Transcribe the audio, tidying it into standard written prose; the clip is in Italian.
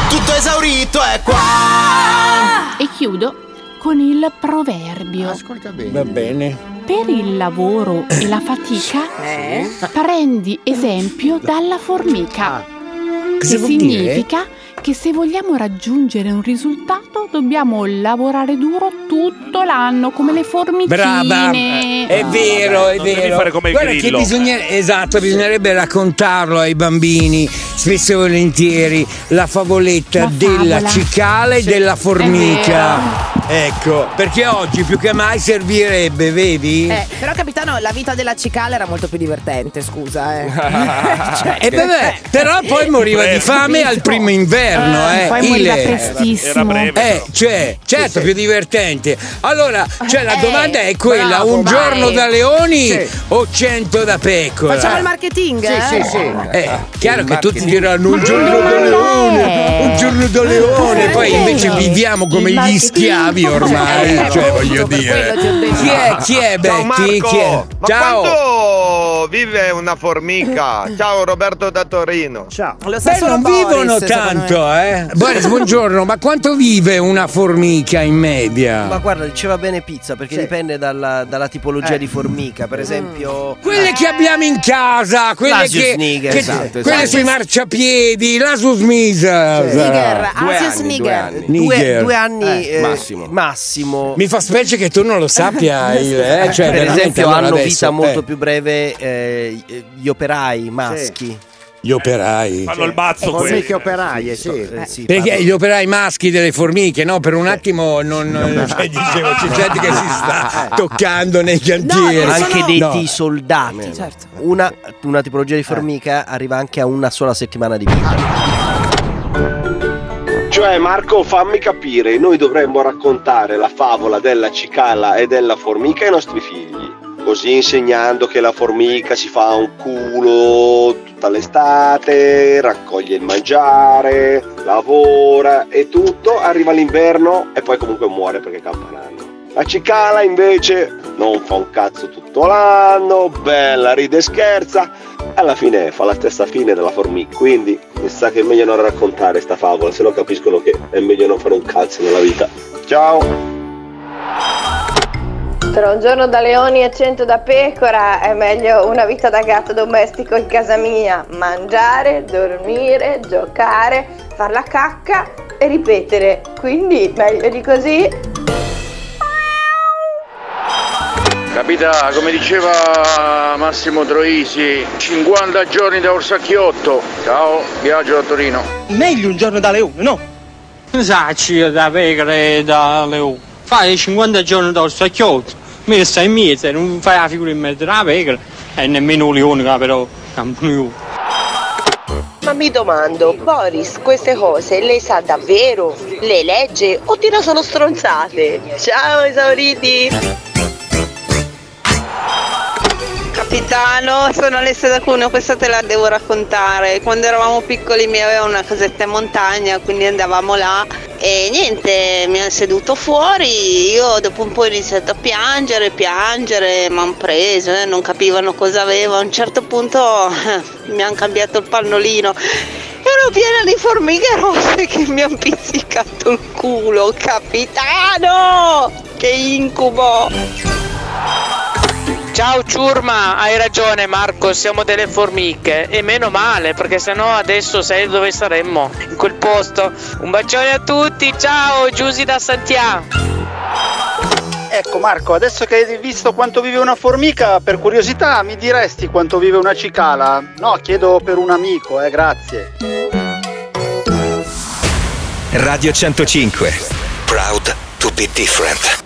Tutto esaurito è qua. E chiudo con il proverbio. Ascolta bene. Va bene. Per il lavoro e la fatica prendi esempio dalla formica. Cosa Che vuol dire? significa che se vogliamo raggiungere un risultato dobbiamo lavorare duro tutto l'anno come le formichine. Brava, è vero, è devi vero. fare come il Guarda grillo. che bisognerebbe raccontarlo ai bambini, spesso e volentieri, la favoletta La della favola. cicala e della formica. Ecco, perché oggi più che mai servirebbe, vedi? Però capitano, la vita della cicala era molto più divertente, scusa. E vabbè, però poi moriva di fame al primo inverno, Poi moriva Ile. prestissimo. Era breve. Certo, più divertente. Allora, la domanda è quella: bravo, un vai. giorno da leoni o 100 da pecora? Facciamo il marketing? Chiaro che tutti marketing. diranno un giorno da leone, un giorno da leone, poi invece viviamo come Il gli marketing. schiavi ormai, cioè voglio dire. Chi è Ciao Betty? Marco, Chi è? ma Ciao. quanto vive una formica? Ciao Roberto da Torino. Ciao. Lo sa Beh, solo non Boris, vivono secondo tanto, me. Boris, buongiorno, ma quanto vive una formica in media? Ma guarda, diceva bene pizza, perché dipende dalla tipologia di formica. Per esempio, Quelle che abbiamo in casa, quelle Lasius che, niger, che- esatto, quelle esatto. sui marciapiedi, la Susmisa. Niger, Due Asius anni, Niger. Niger. due anni massimo. Mi fa specie che tu non lo sappia, Ile, cioè, per veramente, esempio, allora hanno adesso, vita molto più breve gli operai maschi. Gli operai. Fanno il bazzo Formiche quelli. operaie, sì. Sì, Perché parlo- gli operai maschi delle formiche, no? Per un attimo cioè, dicevo, c'è gente che si sta toccando nei cantieri. No, anche sono- detti No. soldati. Certo. Una tipologia di formica arriva anche a una sola settimana di vita. Cioè Marco, fammi capire, noi dovremmo raccontare la favola della cicala e della formica ai nostri figli, così insegnando che la formica si fa un culo tutta l'estate, raccoglie il mangiare, lavora e tutto, arriva l'inverno e poi comunque muore perché campa un anno. La cicala invece non fa un cazzo tutto l'anno, bella, ride e scherza, alla fine fa la stessa fine della formica, quindi mi sa che è meglio non raccontare sta favola, se no capiscono che è meglio non fare un cazzo nella vita. Ciao! Tra un giorno da leoni e 100 da pecora è meglio una vita da gatto domestico in casa mia. Mangiare, dormire, giocare, far la cacca e ripetere. Quindi meglio di così. Capita, come diceva Massimo Troisi, 50 giorni da Orsacchiotto. Ciao, viaggio da Torino. Meglio un giorno da leone, no? Sacci da pecora e da leone. Fai 50 giorni da Orsacchiotto, mi stai in mezzo, non fai la figura in mezzo alla pecora e nemmeno un leone che però campione. Ma mi domando, Boris, queste cose le sa davvero? Le legge o tira solo stronzate? Ciao esauriti! Capitano, sono Alessia da Cuneo, questa te la devo raccontare. Quando eravamo piccoli mi aveva una casetta in montagna, quindi andavamo là e niente, mi hanno seduto fuori, io dopo un po' ho iniziato a piangere, mi hanno preso, non capivano cosa avevo, a un certo punto mi hanno cambiato il pannolino. Ero piena di formiche rosse che mi hanno pizzicato il culo, capitano! Che incubo! Ciao ciurma, hai ragione Marco, siamo delle formiche e meno male perché sennò adesso sai dove saremmo, in quel posto. Un bacione a tutti, ciao Giusy da Santiago. Ecco Marco, adesso che hai visto quanto vive una formica, per curiosità mi diresti quanto vive una cicala? No, chiedo per un amico, grazie. Radio 105. Proud to be different.